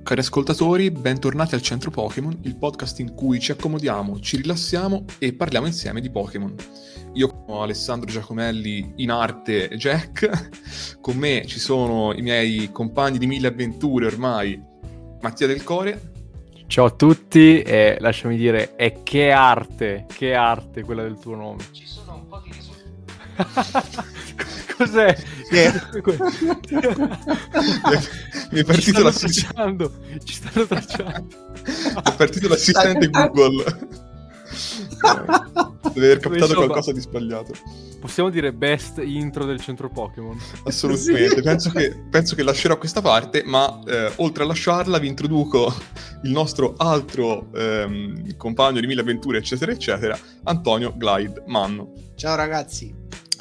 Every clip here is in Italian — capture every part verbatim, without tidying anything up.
Cari ascoltatori, bentornati al Centro Pokémon, il podcast in cui ci accomodiamo, ci rilassiamo e parliamo insieme di Pokémon. Io sono Alessandro Giacomelli, in arte Jack, con me ci sono i miei compagni di mille avventure ormai, Mattia Del Core. Ciao a tutti e lasciami dire, è che arte, che arte quella del tuo nome. Ci sono un po' di risultati. Cos'è? Yeah. Mi è partito l'assistente. Ci stanno tracciando. È partito l'assistente Google. Deve aver captato Insomma, qualcosa di sbagliato. Possiamo dire best intro del Centro Pokémon? Assolutamente, Sì. penso, che, penso che lascerò questa parte, ma eh, oltre a lasciarla vi introduco il nostro altro ehm, compagno di mille avventure, eccetera, eccetera, Antonio Glide Manno. Ciao ragazzi.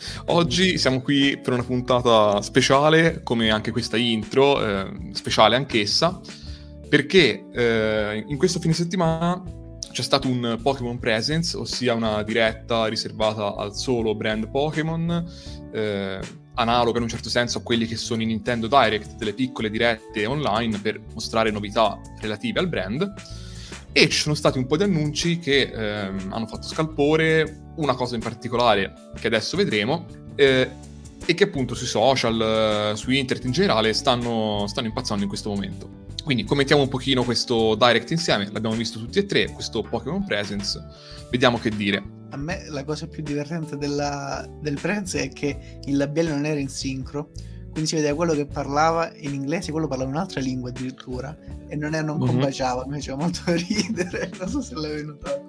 Oggi siamo qui per una puntata speciale, come anche questa intro, eh, speciale anch'essa, perché eh, in questo fine settimana c'è stato un Pokémon Presents, ossia una diretta riservata al solo brand Pokémon, eh, analoga in un certo senso a quelli che sono i Nintendo Direct, delle piccole dirette online per mostrare novità relative al brand. E ci sono stati un po' di annunci che ehm, hanno fatto scalpore, una cosa in particolare che adesso vedremo, eh, e che appunto sui social, eh, su internet in generale, stanno, stanno impazzando in questo momento. Quindi commentiamo un pochino questo Direct insieme, l'abbiamo visto tutti e tre, questo Pokémon Presents, vediamo che dire. A me la cosa più divertente della, del Presents è che il labiale non era in sincro, quindi si vedeva quello che parlava in inglese, quello parlava un'altra lingua addirittura, e non, è, non Mm-hmm. combaciava, mi faceva molto ridere, non so se l'avevi notato.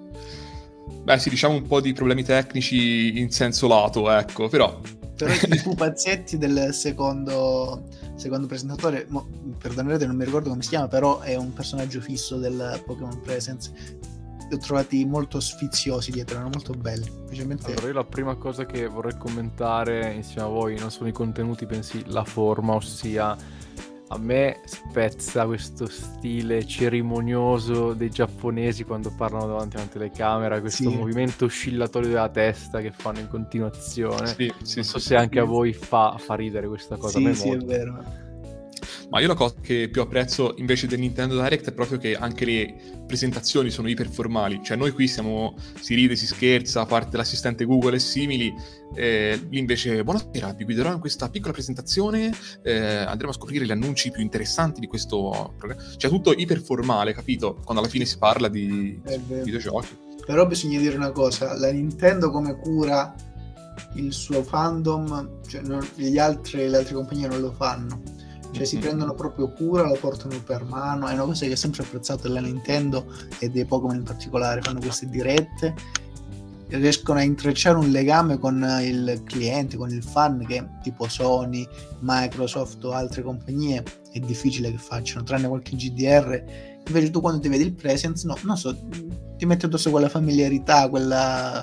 Beh sì, diciamo un po' di problemi tecnici in senso lato, ecco, però... Però i pupazzetti del secondo, secondo presentatore, mo, perdonerete non mi ricordo come si chiama, però è un personaggio fisso del Pokémon Presents, li ho trovati molto sfiziosi dietro, erano molto belli. Specialmente... Allora io la prima cosa che vorrei commentare insieme a voi non sono i contenuti, bensì la forma, ossia a me spezza questo stile cerimonioso dei giapponesi quando parlano davanti a una telecamera, questo sì. movimento oscillatorio della testa che fanno in continuazione. Sì, sì, non so sì, se sì, anche sì. a voi fa, fa ridere questa cosa. Sì, a me sì, molto. è vero. Ma io la cosa che più apprezzo invece del Nintendo Direct è proprio che anche le presentazioni sono iperformali, cioè noi qui siamo, si ride, si scherza, a parte l'assistente Google e simili, eh, lì invece buonasera, vi guiderò in questa piccola presentazione, eh, andremo a scoprire gli annunci più interessanti di questo programma, cioè tutto iperformale, capito? Quando alla fine si parla di È vero. videogiochi. Però bisogna dire una cosa, la Nintendo come cura il suo fandom, cioè non, gli altri, le altre compagnie non lo fanno. Cioè si prendono proprio cura, lo portano per mano, è una cosa che ho sempre apprezzato della Nintendo e dei Pokémon in particolare, fanno queste dirette, riescono a intrecciare un legame con il cliente, con il fan, che tipo Sony, Microsoft o altre compagnie è difficile che facciano, tranne qualche G D R. Invece tu quando ti vedi il Presents, no, non so, ti mette addosso quella familiarità, quella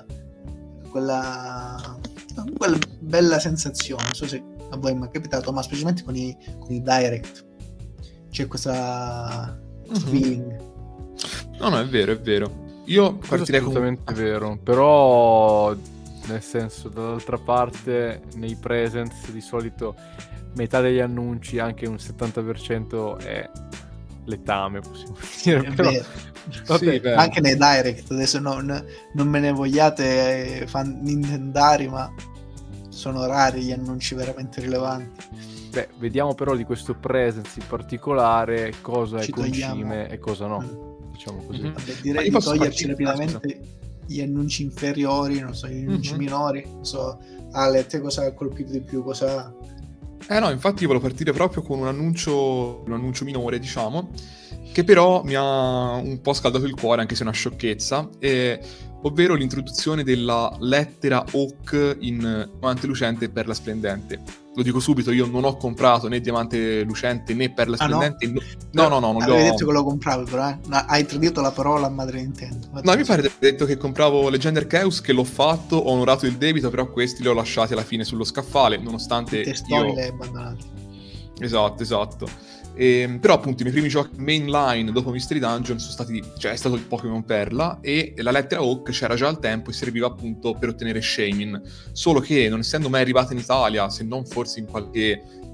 quella, quella bella sensazione, non so se a voi mi è capitato, ma specialmente con i, con i direct c'è questa Mm-hmm. feeling. No, no, è vero, è vero. Io Questo è partirei con... assolutamente vero, però nel senso dall'altra parte nei presents di solito metà degli annunci, anche un settanta per cento è letame, possiamo dire. È Però, vero. vabbè, Sì, beh. Anche nei direct adesso non, non me ne vogliate eh, fan nintendari, ma sono rari gli annunci veramente rilevanti. beh, vediamo però di questo presents in particolare cosa Ci è concime togliamo. e cosa no, Mm. diciamo così. Mhm. Vabbè, Ma direi io di posso toglierci partire- rapidamente gli annunci inferiori, non so, gli annunci Mhm. minori, non so. Ale, a te cosa ha colpito di più? Cosa... Eh no, infatti io volevo partire proprio con un annuncio, un annuncio minore, diciamo, che però mi ha un po' scaldato il cuore, anche se è una sciocchezza, eh, ovvero l'introduzione della lettera Hawk in Diamante Lucente per la Splendente. Lo dico subito, io non ho comprato né Diamante Lucente né per la Ah, no? Splendente. No, no, no, non li Avevi ho... detto che lo compravi, però eh? No, hai tradito la parola a madre Nintendo. No, mi pare di aver detto che compravo Legend Arceus, che l'ho fatto, ho onorato il debito, però questi li ho lasciati alla fine sullo scaffale, nonostante I testoni io... li hai abbandonati. Esatto, esatto. Ehm, però appunto i miei primi giochi mainline dopo Mystery Dungeon sono stati, cioè è stato il Pokémon Perla, e la lettera Hawk c'era già al tempo e serviva appunto per ottenere Shaymin, solo che non essendo mai arrivata in Italia, se non forse in qualche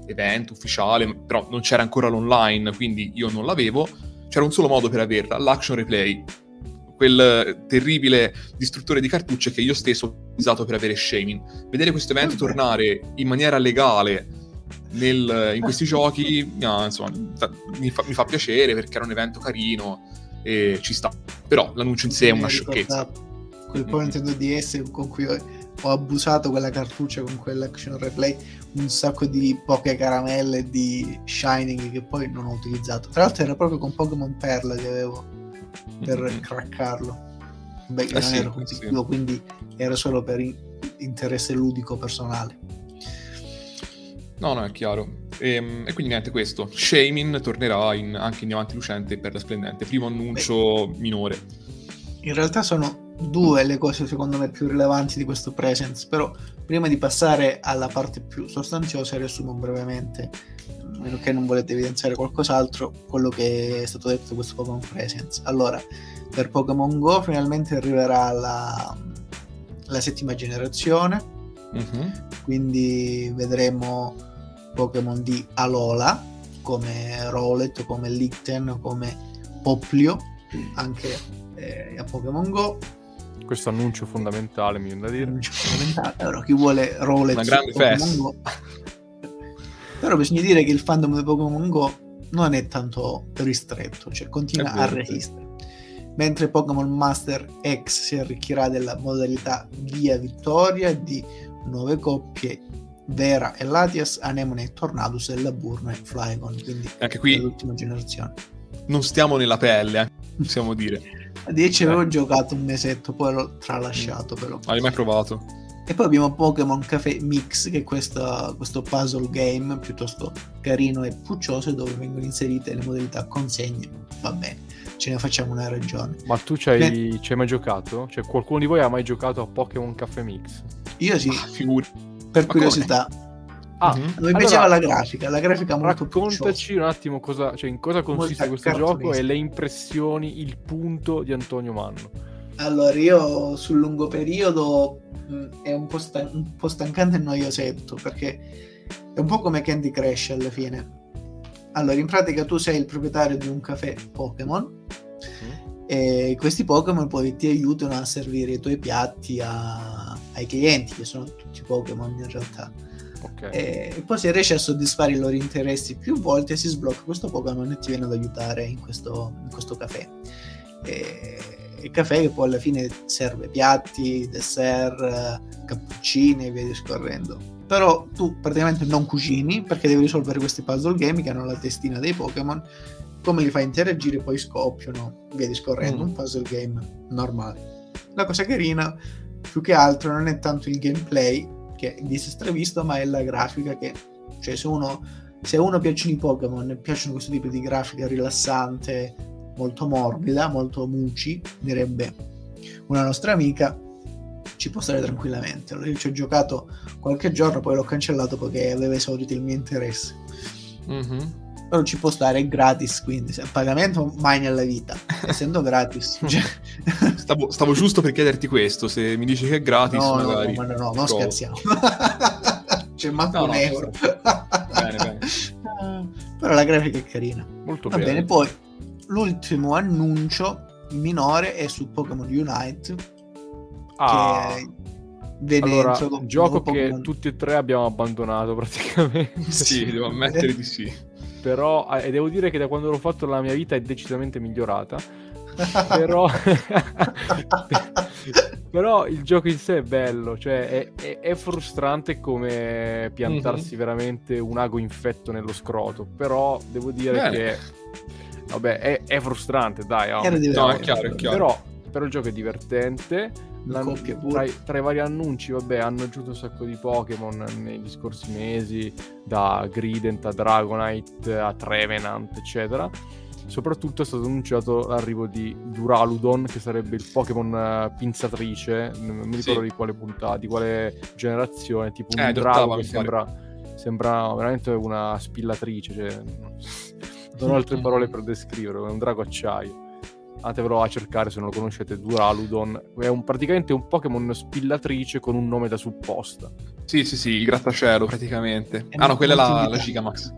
evento ufficiale, però non c'era ancora l'online, quindi io non l'avevo. C'era un solo modo per averla, l'action replay, quel terribile distruttore di cartucce che io stesso ho usato per avere Shaymin. Vedere questo evento Okay. tornare in maniera legale nel, in questi giochi, no, insomma, ta- mi fa, mi fa piacere perché era un evento carino e ci sta. Però l'annuncio in sé è Mi una hai sciocchezza. ricordato quel po' Mm-mm. Nintendo D S con cui ho, ho abusato quella cartuccia con quell'action replay, un sacco di poche caramelle e di Shining che poi non ho utilizzato. Tra l'altro era proprio con Pokémon Perla che avevo per Mm-mm. craccarlo. Beh, Eh non sì, ero eh competitivo, sì. quindi era solo per in- interesse ludico personale. No, no, è chiaro. E, e quindi niente, questo. Shaymin tornerà in, anche in Diamante Lucente per la Splendente. Primo annuncio minore. In realtà sono due le cose secondo me più rilevanti di questo Presence, però prima di passare alla parte più sostanziosa riassumo brevemente, a meno che non volete evidenziare qualcos'altro, quello che è stato detto su questo Pokémon Presence. Allora, per Pokémon Go finalmente arriverà la, la settima generazione, Mhm. quindi vedremo Pokémon di Alola come Rowlet, come Licten, come Poplio anche eh, a Pokémon Go. Questo annuncio fondamentale, mi viene da dire. Annuncio fondamentale. Allora, chi vuole Rowlet Una su grande Pokémon festa. Go, però bisogna dire che il fandom di Pokémon Go non è tanto ristretto, cioè continua È vero, a è vero. resistere. Mentre Pokémon Master X si arricchirà della modalità via vittoria di nuove coppie, Vera e Latias, Anemone e Tornadus e Laburna e Flygon, quindi Anche qui dell'ultima generazione. non stiamo nella pelle, eh, possiamo dire. A dieci Eh. avevo giocato un mesetto, poi l'ho tralasciato però. Hai mai provato? E poi abbiamo Pokémon Café Mix, che è questa, questo puzzle game piuttosto carino e puccioso, dove vengono inserite le modalità consegne. Va bene, ce ne facciamo una ragione. Ma tu ci hai, ci hai mai giocato? Cioè, qualcuno di voi ha mai giocato a Pokémon Caffè Mix? Io sì, Ah, figuri. per ma curiosità. Ah, Mhm. Mi allora, piaceva la grafica, la grafica molto pucciosa. raccontaci un attimo cosa, cioè, in cosa consiste Molta questo gioco cartunesca. e le impressioni, il punto di Antonio Manno. Allora, io sul lungo periodo mh, è un po', stan- un po' stancante e noiosetto, perché è un po' come Candy Crush alla fine. Allora, in pratica tu sei il proprietario di un caffè Pokémon e questi Pokémon poi ti aiutano a servire i tuoi piatti a- ai clienti, che sono tutti Pokémon in realtà. Ok. E poi se riesci a soddisfare i loro interessi più volte si sblocca questo Pokémon e ti viene ad aiutare in questo, in questo caffè. E, il caffè che poi alla fine serve piatti, dessert, cappuccini e via discorrendo. Però tu praticamente non cucini perché devi risolvere questi puzzle game che hanno la testina dei Pokémon, come li fai interagire poi scoppiano, via discorrendo, Mm. un puzzle game normale. La cosa carina più che altro non è tanto il gameplay che di sé stravisto, ma è la grafica che, cioè se uno se a uno piacciono i Pokémon e piacciono questo tipo di grafica rilassante, molto morbida, molto muci, direbbe una nostra amica, ci può stare tranquillamente. Allora io ci ho giocato qualche giorno, poi l'ho cancellato perché aveva esaurito il mio interesse. Mhm. Però ci può stare, è gratis, quindi se a pagamento mai nella vita, essendo gratis. Cioè... Stavo, stavo giusto per chiederti questo, se mi dici che è gratis no, magari. no, no, no, no, non provo. scherziamo. C'è manco No, un no, euro. Bene, bene. Però la grafica è carina. Molto Va bene. bene, poi l'ultimo annuncio minore è su Pokémon Unite, Ah, che vede allora, introdotto un gioco nuovo che Pokémon. tutti e tre abbiamo abbandonato praticamente. Sì, devo ammettere di sì. Però, eh, e devo dire che da quando l'ho fatto la mia vita è decisamente migliorata. Però, però il gioco in sé è bello, cioè è, è- è frustrante come piantarsi Mhm. veramente un ago infetto nello scroto. Però devo dire Bene. che, vabbè, è, è frustrante, dai. oh. Era No, divertente. è chiaro, è chiaro. Però, però il gioco è divertente. In L'hanno- coppia pure. tra, i, tra i vari annunci, vabbè, hanno aggiunto un sacco di Pokémon negli scorsi mesi, da Grident a Dragonite a Trevenant, eccetera. Soprattutto è stato annunciato l'arrivo di Duraludon, che sarebbe il Pokémon eh, pinzatrice, non mi ricordo Sì. di quale puntata, di quale generazione, tipo un Eh, drago d'ottava, che mi pare. sembra, sembra veramente una spillatrice, cioè, non ho altre parole per descriverlo, è un drago acciaio. Andatevelo a cercare se non lo conoscete. Duraludon è un, praticamente un Pokémon spillatrice con un nome da supposta. Sì, sì, sì, il grattacielo praticamente. E Ah no, quella è la, la multiplicare. Gigamax.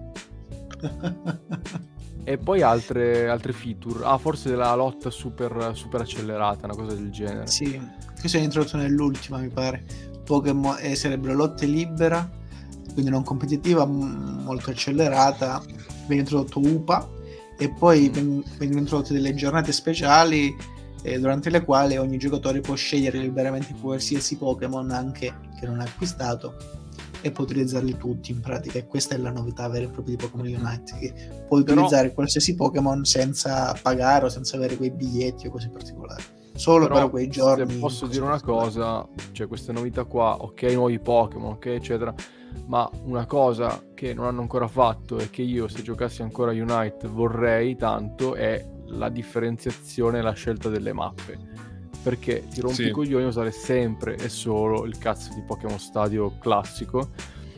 E poi altre, altre feature. Ah, forse la lotta super, super accelerata, una cosa del genere. Sì, questo è introdotto nell'ultima, mi pare. Pokémon eh, sarebbe lotta libera, quindi non competitiva, m- molto accelerata. Viene introdotto U P A e poi ven- vengono introdotte delle giornate speciali eh, durante le quali ogni giocatore può scegliere liberamente qualsiasi Pokémon anche che non ha acquistato e può utilizzarli tutti in pratica, e questa è la novità vera e propria di Pokémon Unite, che puoi Però- utilizzare qualsiasi Pokémon senza pagare o senza avere quei biglietti o cose particolari, solo Però, per quei giorni. se posso cose dire una particolari. cosa, cioè queste novità qua, ok, nuovi Pokémon, ok, eccetera, ma una cosa che non hanno ancora fatto e che io, se giocassi ancora Unite, vorrei tanto è la differenziazione e la scelta delle mappe. Perché ti rompi Sì. i coglioni a usare sempre e solo il cazzo di Pokémon Stadio classico.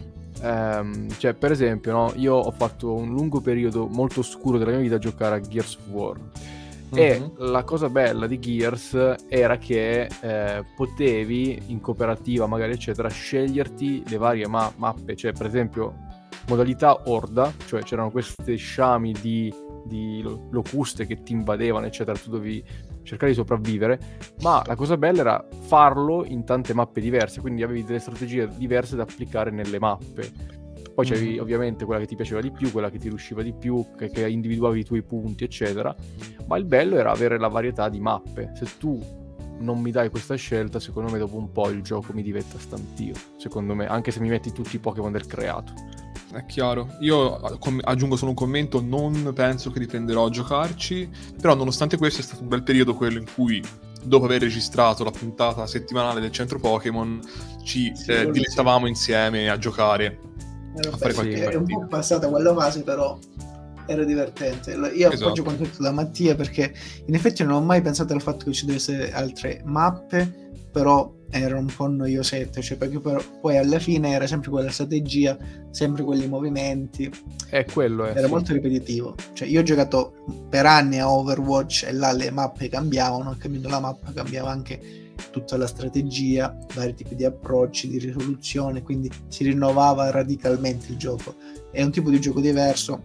Ehm, cioè, per esempio, no, io ho fatto un lungo periodo molto oscuro della mia vita a giocare a Gears of War. E Mhm. la cosa bella di Gears era che eh, potevi in cooperativa magari eccetera sceglierti le varie ma- mappe, cioè per esempio modalità Orda, cioè c'erano queste sciami di, di lo- locuste che ti invadevano eccetera, tu dovevi cercare di sopravvivere, ma la cosa bella era farlo in tante mappe diverse, quindi avevi delle strategie diverse da applicare nelle mappe. Poi c'avevi Mhm. ovviamente quella che ti piaceva di più, quella che ti riusciva di più, che, che individuavi i tuoi punti, eccetera. Ma il bello era avere la varietà di mappe. Se tu non mi dai questa scelta, secondo me dopo un po' il gioco mi diventa stantio. Secondo me, anche se mi metti tutti i Pokémon del creato. È chiaro. Io eh, com- aggiungo solo un commento, non penso che riprenderò a giocarci, però nonostante questo è stato un bel periodo quello in cui, dopo aver registrato la puntata settimanale del centro Pokémon, ci Sì, eh, quello dilettavamo insieme a giocare. Eh, a vabbè, fare sì, qualche è un po' partita. passata quella fase, però era divertente. Io Esatto. appoggio quanto detto da Mattia, perché in effetti non ho mai pensato al fatto che ci dovesse altre mappe, però era un po' noiosette, cioè perché però, poi alla fine era sempre quella strategia, sempre quelli movimenti, È quello, è. era sì. molto ripetitivo. Cioè io ho giocato per anni a Overwatch e là le mappe cambiavano, cambiando la mappa cambiava anche tutta la strategia, vari tipi di approcci, di risoluzione, quindi si rinnovava radicalmente il gioco. È un tipo di gioco diverso.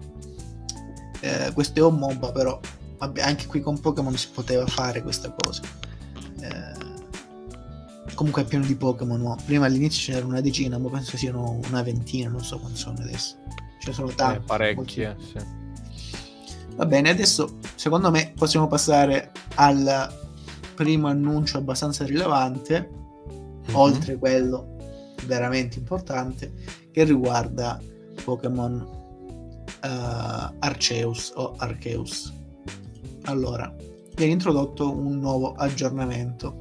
Eh, questo è un MOBA, però vabbè, anche qui con Pokémon si poteva fare questa cosa. Eh, comunque è pieno di Pokémon, no? Prima all'inizio ce n'era una decina, ma penso siano una ventina, non so quanti sono adesso. Ce ne sono tanti. Eh, parecchi, eh, sì. Va bene, adesso secondo me possiamo passare al primo annuncio abbastanza rilevante, Mhm. oltre quello veramente importante, che riguarda Pokémon uh, Arceus o Arceus. Allora, viene introdotto un nuovo aggiornamento.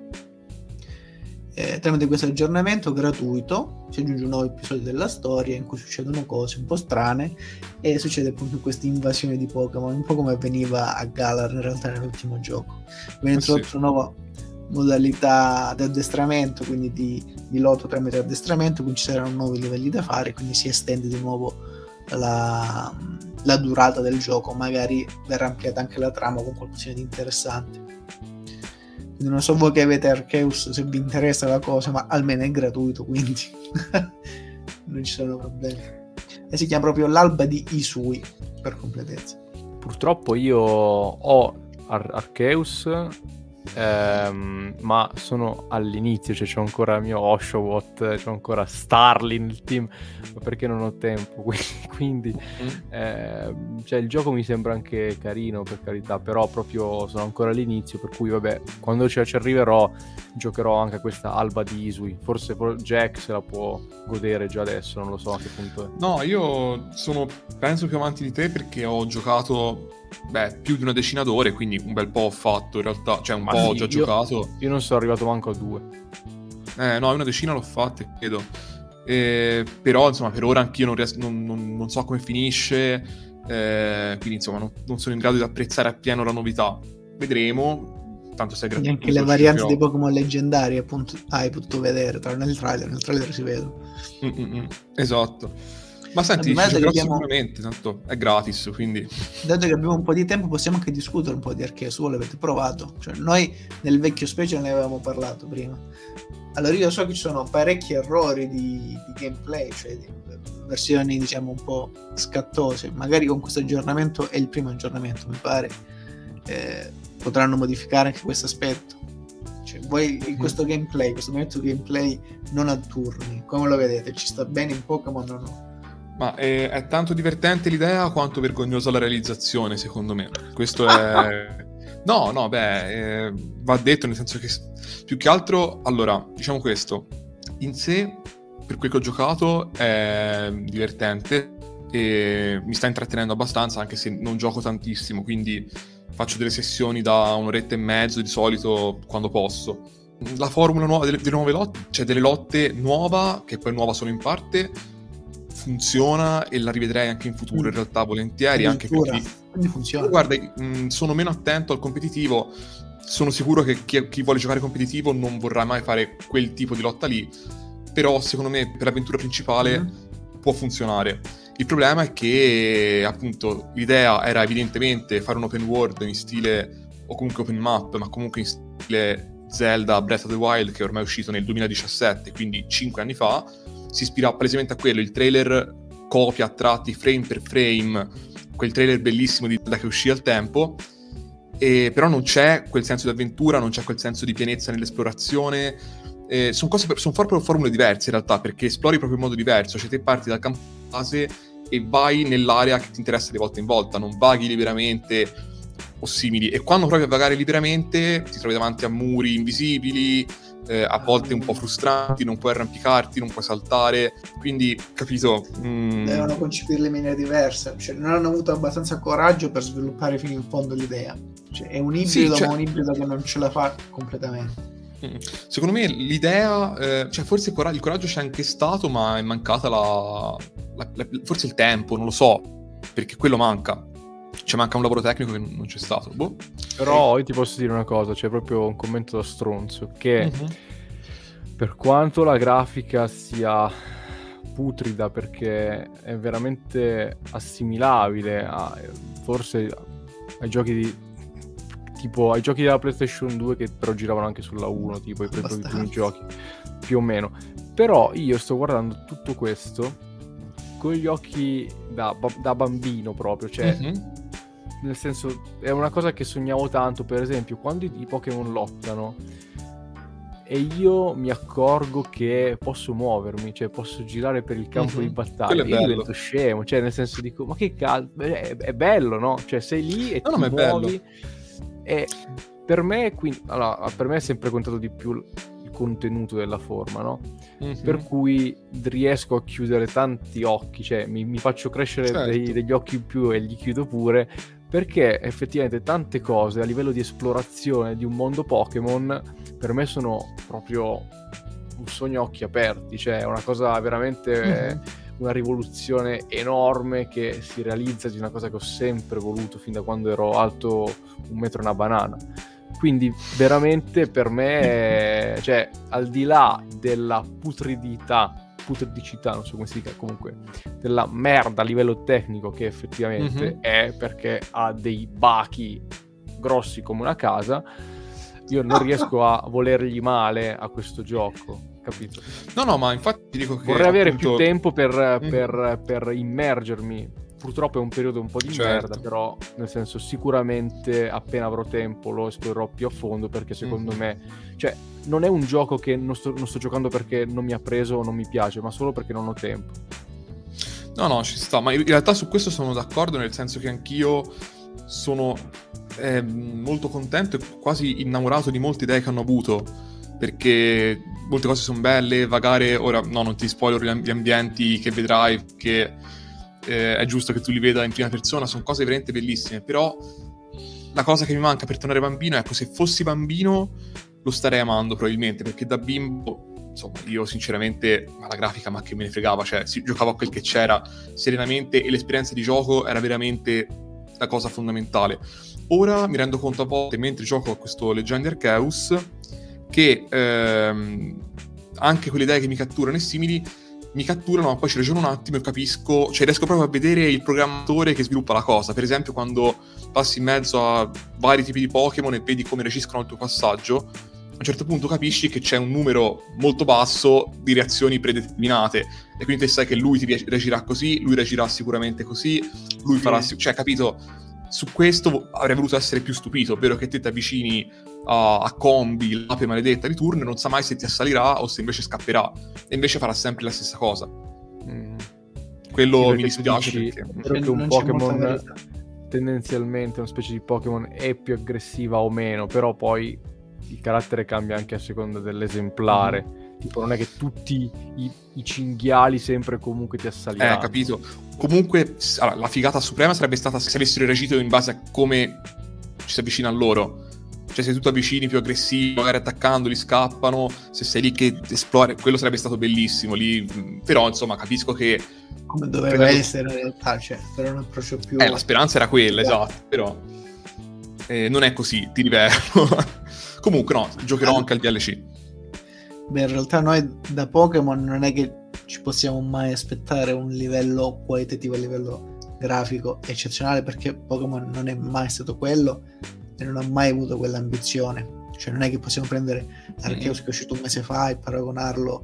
Eh, tramite questo aggiornamento gratuito si aggiunge un nuovo episodio della storia in cui succedono cose un po' strane e succede appunto questa invasione di Pokémon, un po' come avveniva a Galar in realtà nell'ultimo gioco. Viene Eh sì. introdotta una nuova modalità di addestramento, quindi di, di lotta tramite addestramento, quindi ci saranno nuovi livelli da fare, quindi si estende di nuovo la, la durata del gioco, magari verrà ampliata anche la trama con qualcosa di interessante. Quindi non so voi che avete Arceus, se vi interessa la cosa, ma almeno è gratuito, quindi non ci sono problemi. E si chiama proprio l'alba di Isui, per completezza. Purtroppo io ho Ar- Arceus, ehm, ma sono all'inizio, cioè c'ho ancora il mio Oshawott, c'ho ancora Starly nel team, ma perché non ho tempo, quindi, quindi Mm. ehm, cioè il gioco mi sembra anche carino, per carità, però proprio sono ancora all'inizio, per cui vabbè, quando ci, ci arriverò giocherò anche a questa alba di Isui. Forse for- Jack se la può godere già adesso, non lo so a che punto è. No, io sono penso più avanti di te perché ho giocato beh, più di una decina d'ore, quindi un bel po' ho fatto in realtà, cioè un Ma po' sì, ho già io- giocato. Io non sono arrivato manco a due. Eh, no, una decina l'ho fatta, credo. Eh, però, insomma, per ora anch'io non, ries- non, non- non so come finisce, eh, quindi, insomma, non, non sono in grado di apprezzare appieno la novità. Vedremo, tanto se è E gratuito. anche le ci varianti giocherò. dei Pokémon leggendari, appunto, hai potuto vedere tra nel trailer, nel trailer si vedono. Mm, mm, mm. Esatto. Ma senti, Vabbè, ci giocherò abbiamo... sicuramente, tanto è gratis, quindi... Dato che abbiamo un po' di tempo possiamo anche discutere un po' di Arceus, voi l'avete provato? Cioè, noi nel vecchio special ne avevamo parlato prima. Allora io so che ci sono parecchi errori di, di gameplay, cioè di versioni diciamo un po' scattose, magari con questo aggiornamento, è il primo aggiornamento mi pare, eh, potranno modificare anche questo aspetto. Cioè, voi in questo gameplay, questo momento gameplay non a turni, come lo vedete? Ci sta bene in Pokémon o no? Ma è, è tanto divertente l'idea quanto vergognosa la realizzazione, secondo me. Questo è... No, no, beh, eh, va detto, nel senso che più che altro, allora, diciamo questo, in sé, per quel che ho giocato, è divertente e mi sta intrattenendo abbastanza, anche se non gioco tantissimo, quindi faccio delle sessioni da un'oretta e mezzo di solito quando posso. La formula nuova delle, delle nuove lotte, cioè delle lotte nuova, che poi è nuova solo in parte, funziona e la rivedrei anche in futuro, in realtà volentieri, anche perché quindi funziona. Guarda, mh, sono meno attento al competitivo, sono sicuro che chi, chi vuole giocare competitivo non vorrà mai fare quel tipo di lotta lì, però secondo me per l'avventura principale mm. può funzionare. Il problema è che appunto l'idea era evidentemente fare un open world in stile, o comunque open map, ma comunque in stile Zelda Breath of the Wild, che è ormai uscito nel duemiladiciassette, quindi cinque anni fa. Si ispira palesemente a quello, il trailer copia a tratti frame per frame quel trailer bellissimo di da che uscì al tempo, e però non c'è quel senso di avventura, non c'è quel senso di pienezza nell'esplorazione. Eh, sono cose, sono proprio formule diverse in realtà, perché esplori proprio in modo diverso, cioè te parti dal campo base e vai nell'area che ti interessa di volta in volta, non vaghi liberamente o simili, e quando provi a vagare liberamente ti trovi davanti a muri invisibili, eh, a volte un po' frustranti, non puoi arrampicarti, non puoi saltare, quindi capito, mm... devono concepirle in maniera diversa, cioè non hanno avuto abbastanza coraggio per sviluppare fino in fondo l'idea, cioè è un ibrido, sì, cioè... ma un ibrido che non ce la fa completamente. Secondo me l'idea, eh, cioè forse il coraggio, il coraggio c'è anche stato, ma è mancata la, la, la forse il tempo, non lo so, perché quello manca. Cioè manca un lavoro tecnico che non c'è stato. Boh. Però io ti posso dire una cosa, c'è proprio un commento da stronzo, che mm-hmm. per quanto la grafica sia putrida, perché è veramente assimilabile a, forse ai giochi di tipo ai giochi della PlayStation due, che però giravano anche sulla uno, tipo i propri primi giochi, più o meno. Però io sto guardando tutto questo con gli occhi da, da bambino proprio, cioè mm-hmm. nel senso è una cosa che sognavo tanto, per esempio quando i, i Pokémon lottano e io mi accorgo che posso muovermi, cioè posso girare per il campo mm-hmm. di battaglia, io divento scemo, cioè nel senso dico ma che cazzo, è, è bello, no? Cioè sei lì e no, ti muovi, e per me quindi, allora, per me è sempre contato di più il contenuto della forma, no? Mm-hmm. Per cui riesco a chiudere tanti occhi, cioè mi, mi faccio crescere certo. dei, degli occhi in più e li chiudo pure, perché effettivamente tante cose a livello di esplorazione di un mondo Pokémon per me sono proprio un sogno a occhi aperti, cioè è una cosa veramente mm-hmm. una rivoluzione enorme che si realizza di una cosa che ho sempre voluto fin da quando ero alto un metro e una banana. Quindi veramente per me, cioè al di là della putridità, putridicità, non so come si dica, comunque della merda a livello tecnico che effettivamente mm-hmm. è, perché ha dei bachi grossi come una casa, io non riesco a volergli male a questo gioco, capito? No, no, ma infatti dico che vorrei avere appunto... più tempo per, mm-hmm. per, per immergermi. Purtroppo è un periodo un po' di certo. merda, però nel senso sicuramente appena avrò tempo lo esplorerò più a fondo, perché secondo mm-hmm. me, cioè non è un gioco che non sto, non sto giocando perché non mi ha preso o non mi piace, ma solo perché non ho tempo. No, no, ci sta, ma in realtà su questo sono d'accordo, nel senso che anch'io sono eh, molto contento e quasi innamorato di molte idee che hanno avuto, perché molte cose sono belle, vagare, ora no, non ti spoiler gli ambienti che vedrai, che eh, è giusto che tu li veda in prima persona, sono cose veramente bellissime, però la cosa che mi manca per tornare bambino, ecco, se fossi bambino lo starei amando probabilmente, perché da bimbo, insomma, io sinceramente, ma la grafica ma che me ne fregava, cioè si giocava a quel che c'era serenamente e l'esperienza di gioco era veramente la cosa fondamentale. Ora mi rendo conto a volte, mentre gioco a questo Leggendi Arceus, che ehm, anche quelle idee che mi catturano e simili mi catturano, ma poi ci ragiono un attimo e capisco, cioè riesco proprio a vedere il programmatore che sviluppa la cosa. Per esempio, quando passi in mezzo a vari tipi di Pokémon e vedi come reagiscono al tuo passaggio, a un certo punto capisci che c'è un numero molto basso di reazioni predeterminate, e quindi te sai che lui ti reagirà così, lui reagirà sicuramente così, lui sì. farà... Cioè, capito? Su questo avrei voluto essere più stupito, ovvero che te ti avvicini a, a Combi, l'ape maledetta di turno, e non sa mai se ti assalirà o se invece scapperà, e invece farà sempre la stessa cosa. Mm. Quello sì, mi dispiace dici, perché... perché un Pokémon tendenzialmente, una specie di Pokémon è più aggressiva o meno, però poi il carattere cambia anche a seconda dell'esemplare. Mm. Tipo, non è che tutti i, i cinghiali sempre comunque ti assaliranno. Eh, capito. Comunque, allora, la figata suprema sarebbe stata se avessero reagito in base a come ci si avvicina a loro. Cioè, se tu ti avvicini più aggressivi, magari attaccandoli, scappano, se sei lì che esplori, quello sarebbe stato bellissimo. Lì, però, insomma, capisco che... Come doveva prendendo... essere in realtà, cioè, per un approccio più... Eh, la speranza era quella, sì. Esatto, però... Eh, non è così, ti ripeto. Comunque, no, giocherò ah. anche al D L C. Beh, in realtà noi da Pokémon non è che ci possiamo mai aspettare un livello qualitativo, a livello grafico eccezionale, perché Pokémon non è mai stato quello e non ha mai avuto quell'ambizione. Cioè non è che possiamo prendere Arceus, mm. che è uscito un mese fa, e paragonarlo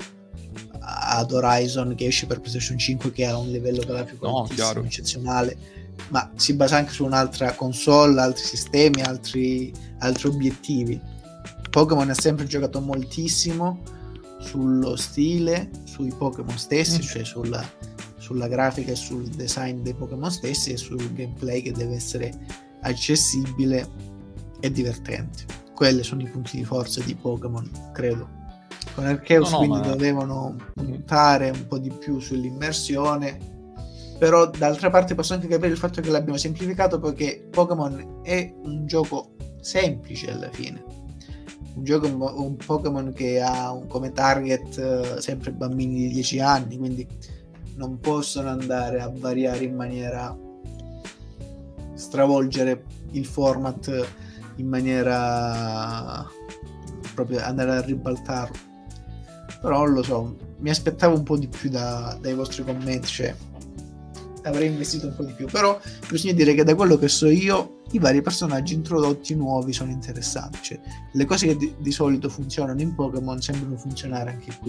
ad Horizon che esce per PlayStation cinque, che ha un livello grafico no, altissimo, chiaro. eccezionale, ma si basa anche su un'altra console, altri sistemi, altri, altri obiettivi. Pokémon ha sempre giocato moltissimo sullo stile, sui Pokémon stessi, mm. cioè sulla, sulla grafica e sul design dei Pokémon stessi, e sul gameplay che deve essere accessibile e divertente. Quelli sono i punti di forza di Pokémon, credo. Con Arceus no, no, quindi ma... dovevano puntare un po' di più sull'immersione, però d'altra parte posso anche capire il fatto che l'abbiamo semplificato, perché Pokémon è un gioco semplice alla fine. Un gioco, un Pokémon che ha un, come target uh, sempre bambini di dieci anni, quindi non possono andare a variare in maniera, stravolgere il format in maniera proprio andare a ribaltarlo. Però non lo so, mi aspettavo un po' di più da, dai vostri commenti, cioè avrei investito un po' di più, però bisogna dire che da quello che so io i vari personaggi introdotti nuovi sono interessanti, cioè le cose che di, di solito funzionano in Pokémon sembrano funzionare anche qui.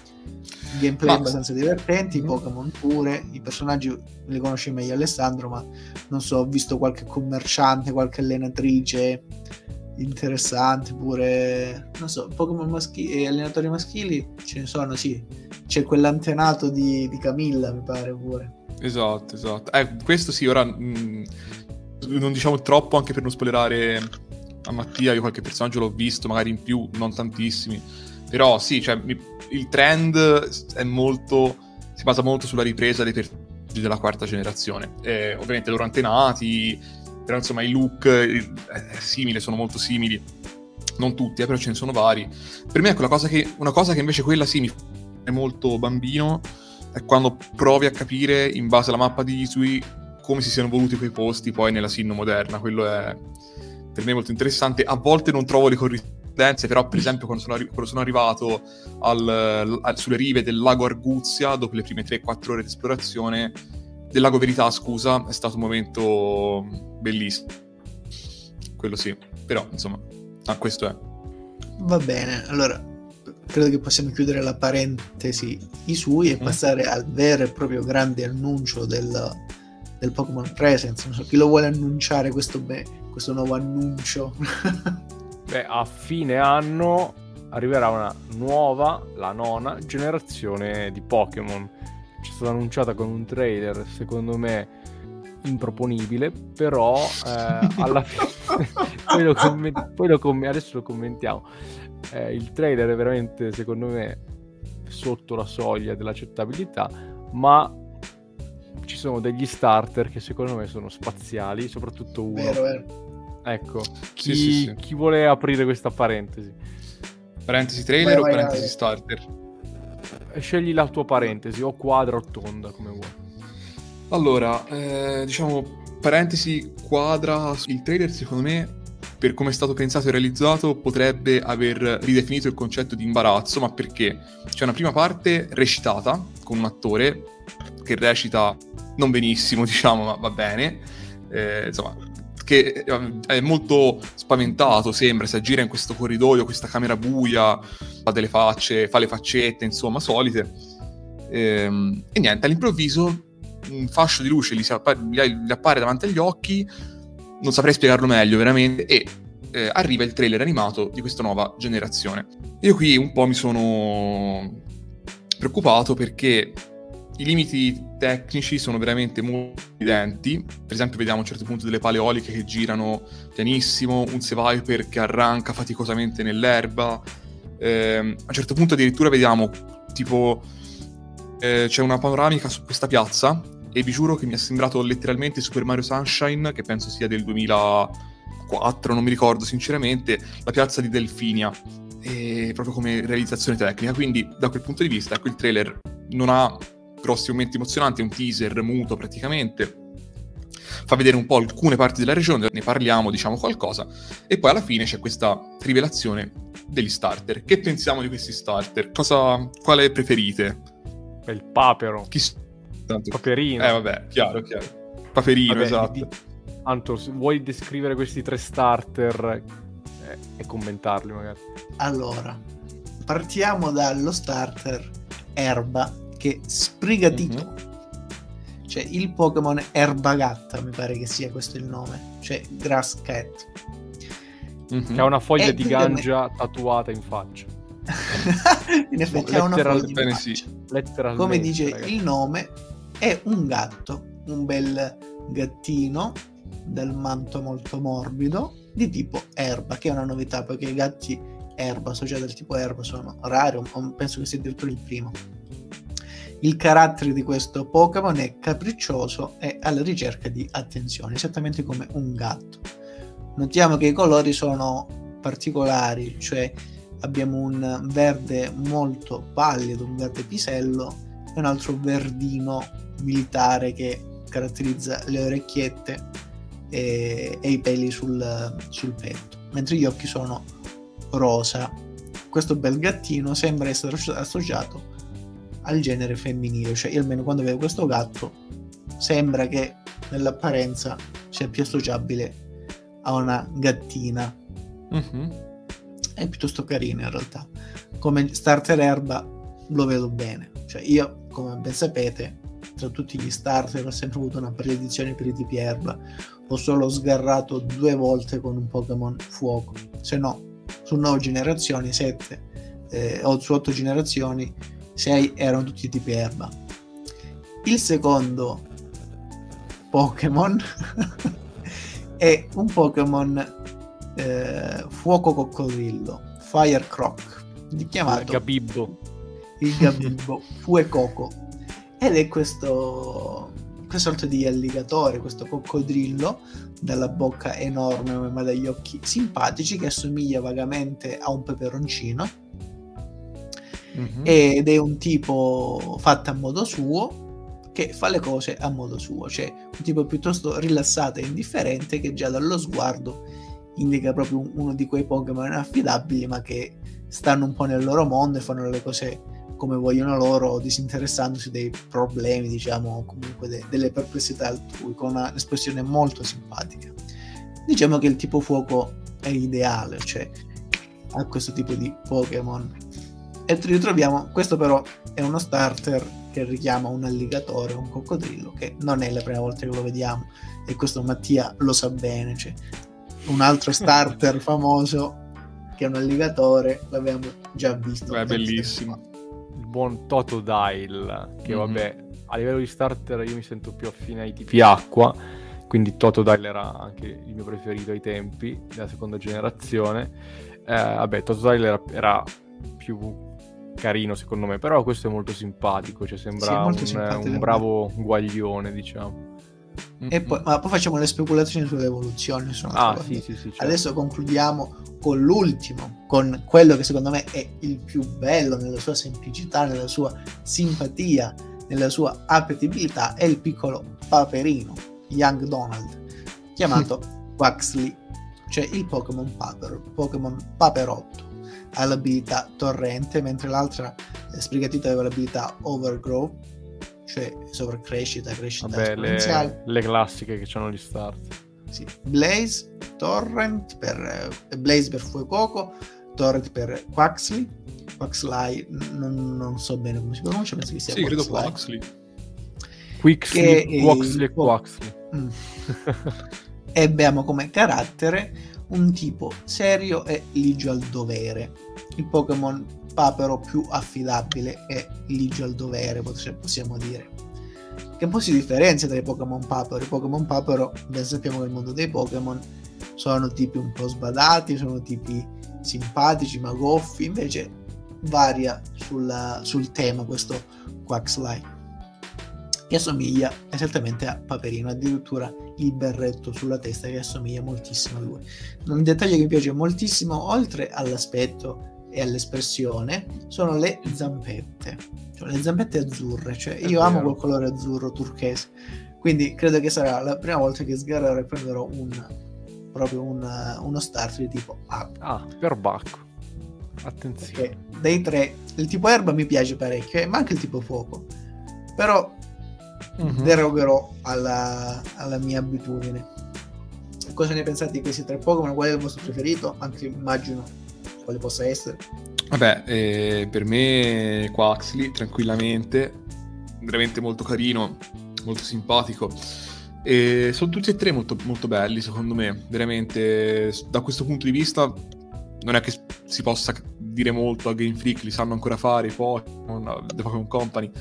Il gameplay è abbastanza divertente, i Pokémon pure, i personaggi li conosce meglio Alessandro, ma non so, ho visto qualche commerciante, qualche allenatrice interessante pure, non so, Pokémon maschili e allenatori maschili ce ne sono, sì, c'è quell'antenato di, di Camilla, mi pare pure. Esatto, esatto. Eh, questo sì, ora mh, non diciamo troppo, anche per non spoilerare a Mattia. Io qualche personaggio l'ho visto, magari in più, non tantissimi. Però sì, cioè, mi, il trend è molto, si basa molto sulla ripresa dei personaggi della quarta generazione. Eh, ovviamente loro antenati, però insomma i look eh, è simile, sono molto simili. Non tutti, eh, però ce ne sono vari. Per me è quella cosa che, una cosa che invece quella sì mi fa molto bambino, è quando provi a capire in base alla mappa di Isui come si siano evoluti quei posti poi nella Sinnoh moderna. Quello è per me molto interessante. A volte non trovo le corrispondenze, però per esempio quando sono, arri- quando sono arrivato al, al, sulle rive del lago Arguzia, dopo le prime tre quattro ore di esplorazione del lago Verità, scusa, è stato un momento bellissimo. Quello sì, però insomma, ah, questo è. Va bene, allora credo che possiamo chiudere la parentesi Isui e mm. passare al vero e proprio grande annuncio del, del Pokémon Presence. Non so chi lo vuole annunciare questo, beh, questo nuovo annuncio. Beh, a fine anno arriverà una nuova, la nona generazione di Pokémon. C'è stata annunciata con un trailer secondo me improponibile, però eh, alla fine poi, lo comment- poi lo com- adesso lo commentiamo. Eh, il trailer è veramente secondo me sotto la soglia dell'accettabilità, ma ci sono degli starter che secondo me sono spaziali, soprattutto uno. Vero, vero. Ecco, chi, sì, sì, sì. chi vuole aprire questa parentesi? Parentesi trailer vai, vai, o parentesi vai. starter? Scegli la tua parentesi, o quadra o tonda, come vuoi. Allora, eh, diciamo, parentesi quadra. Il trailer secondo me per come è stato pensato e realizzato, potrebbe aver ridefinito il concetto di imbarazzo, ma perché c'è una prima parte recitata con un attore che recita non benissimo, diciamo, ma va bene, eh, insomma, che è molto spaventato, sembra, si aggira in questo corridoio, questa camera buia, fa delle facce, fa le faccette, insomma, solite. Ehm, e niente, all'improvviso un fascio di luce gli, si appare, gli appare davanti agli occhi, non saprei spiegarlo meglio veramente, e eh, arriva il trailer animato di questa nuova generazione. Io qui un po' mi sono preoccupato perché i limiti tecnici sono veramente molto evidenti. Per esempio vediamo a un certo punto delle pale eoliche che girano pianissimo, un Sea Viper che arranca faticosamente nell'erba, eh, a un certo punto addirittura vediamo tipo eh, c'è una panoramica su questa piazza e vi giuro che mi è sembrato letteralmente Super Mario Sunshine, che penso sia del duemilaquattro, non mi ricordo sinceramente, la piazza di Delfinia, e proprio come realizzazione tecnica. Quindi da quel punto di vista, ecco, il trailer non ha grossi momenti emozionanti, è un teaser muto praticamente, fa vedere un po' alcune parti della regione, ne parliamo, diciamo qualcosa, e poi alla fine c'è questa rivelazione degli starter. Che pensiamo di questi starter? Cosa, quale preferite? Il papero. Chi Tanto... Paperino. Eh vabbè, chiaro, chiaro. Paperino, vabbè, esatto. Di... Anto, vuoi descrivere questi tre starter eh, e commentarli magari? Allora, partiamo dallo starter Erba, che sbrigatito. Mm-hmm. Cioè il Pokémon Erbagatta, mi pare che sia questo il nome. Cioè Grass Cat. Mm-hmm. Che ha una foglia e di ganja me... tatuata in faccia. In effetti ha una foglia di ganja. Sì. Come dice ragazzi. Il nome, è un gatto, un bel gattino dal manto molto morbido di tipo erba, che è una novità poiché i gatti erba, associati al tipo erba, sono rari, penso che sia addirittura il primo. Il carattere di questo Pokémon è capriccioso e alla ricerca di attenzione, esattamente come un gatto. Notiamo che i colori sono particolari, cioè abbiamo un verde molto pallido, un verde pisello, e un altro verdino militare che caratterizza le orecchiette e, e i peli sul, sul petto, mentre gli occhi sono rosa. Questo bel gattino sembra essere associato al genere femminile, cioè io almeno quando vedo questo gatto sembra che nell'apparenza sia più associabile a una gattina. Mm-hmm. È piuttosto carino in realtà. Come starter erba lo vedo bene, cioè io, come ben sapete, tra tutti gli starter ho sempre avuto una predilezione per i tipi erba. Ho solo sgarrato due volte con un Pokémon fuoco, se no su nove generazioni, sette eh, o su otto generazioni, sei erano tutti tipi erba. Il secondo Pokémon è un Pokémon eh, fuoco coccodrillo, Fire Croc, chiamato il Gabibbo, il Gabibbo Fuecoco, ed è questo questo sorta di alligatore, questo coccodrillo dalla bocca enorme ma dagli occhi simpatici, che assomiglia vagamente a un peperoncino. Mm-hmm. Ed è un tipo fatto a modo suo, che fa le cose a modo suo, cioè un tipo piuttosto rilassato e indifferente, che già dallo sguardo indica proprio uno di quei Pokémon affidabili ma che stanno un po' nel loro mondo e fanno le cose come vogliono loro, disinteressandosi dei problemi, diciamo, comunque de- delle perplessità altrui, con un'espressione molto simpatica. Diciamo che il tipo fuoco è ideale, cioè a questo tipo di Pokémon. E ritroviamo, questo però è uno starter che richiama un alligatore, un coccodrillo, che non è la prima volta che lo vediamo, e questo Mattia lo sa bene, cioè un altro starter famoso che è un alligatore l'abbiamo già visto. Beh, bellissimo. Il buon Totodile, che mm-hmm. vabbè, a livello di starter io mi sento più affine ai tipi acqua, quindi Totodile era anche il mio preferito ai tempi della seconda generazione. Eh, vabbè, Totodile era, era più carino secondo me, però questo è molto simpatico, cioè sembra sì, un, simpatico, un bravo guaglione, diciamo. E poi, ma poi facciamo le speculazioni sull'evoluzione. Ah, sì, sì, sì, certo. Adesso concludiamo con l'ultimo, con quello che secondo me è il più bello nella sua semplicità, nella sua simpatia, nella sua appetibilità, è il piccolo Paperino, Young Donald, chiamato Quaxly. c'è il Pokémon Papero, Pokémon Paperotto, ha l'abilità Torrente, mentre l'altra eh, Sprigatito aveva l'abilità Overgrow, cioè sovracrescita, crescita Vabbè, esponenziale. le, le classiche che c'hanno gli start. Sì. Blaze, Torrent per eh, Blaze per Fuecoco, Torrent per Quaxly, Quaxly non, non so bene come si pronuncia, penso che sia sì, credo Quaxly. Quixly, Quaxly e Quaxly. Mm. E abbiamo come carattere un tipo serio e ligio al dovere. Il Pokémon Papero più affidabile è ligio al dovere, possiamo dire. Che un po' si differenzia dai Pokémon Papero. I Pokémon Papero, ben sappiamo che nel mondo dei Pokémon sono tipi un po' sbadati, sono tipi simpatici ma goffi, invece varia sulla, sul tema questo Quaxly, che assomiglia esattamente a Paperino, addirittura il berretto sulla testa che assomiglia moltissimo a lui. Un dettaglio che mi piace moltissimo, oltre all'aspetto e all'espressione, sono le zampette, cioè le zampette azzurre, cioè io È amo vero. quel colore azzurro turchese, quindi credo che sarà la prima volta che sgarrerò e prenderò un proprio un, uno starter di tipo acqua. Ah, per Bacco. Attenzione. Perché dei tre il tipo erba mi piace parecchio, ma anche il tipo fuoco, però Mhm. derogherò alla, alla mia abitudine. Cosa ne pensate di questi tre Pokémon? Qual è il vostro preferito? Anche immagino quale possa essere. Vabbè, eh, per me Quaxly, tranquillamente, veramente molto carino, molto simpatico. E sono tutti e tre molto, molto belli, secondo me. Veramente, da questo punto di vista, non è che si possa dire molto a Game Freak, li sanno ancora fare i Pokémon, The Pokémon Company.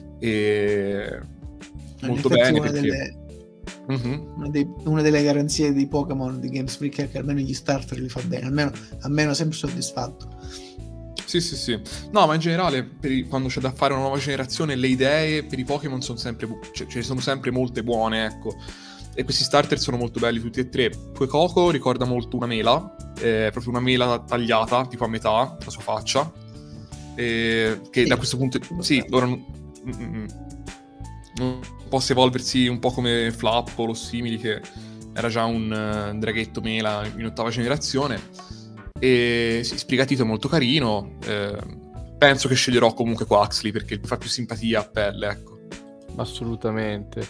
E molto In effetti bene una perché... delle, Mhm. una, dei- una delle garanzie dei Pokémon di Games Freak è che almeno gli starter li fa bene, almeno a me hanno sempre soddisfatto. Sì, sì, sì. No, ma in generale, per i- quando c'è da fare una nuova generazione, le idee per i Pokémon sono sempre, bu- cioè, ce ne sono sempre molte buone, ecco. E questi starter sono molto belli tutti e tre. Fuecoco ricorda molto una mela, è proprio una mela tagliata, tipo a metà, la sua faccia. E che Sì, da questo punto... Sì, ora non... mm, mm, mm. non possa evolversi un po' come Flapple o simili, che era già un eh, draghetto mela in ottava generazione. E sì, Sprigatito è molto carino. eh, penso che sceglierò comunque Quaxly perché mi fa più simpatia a pelle, ecco. Assolutamente.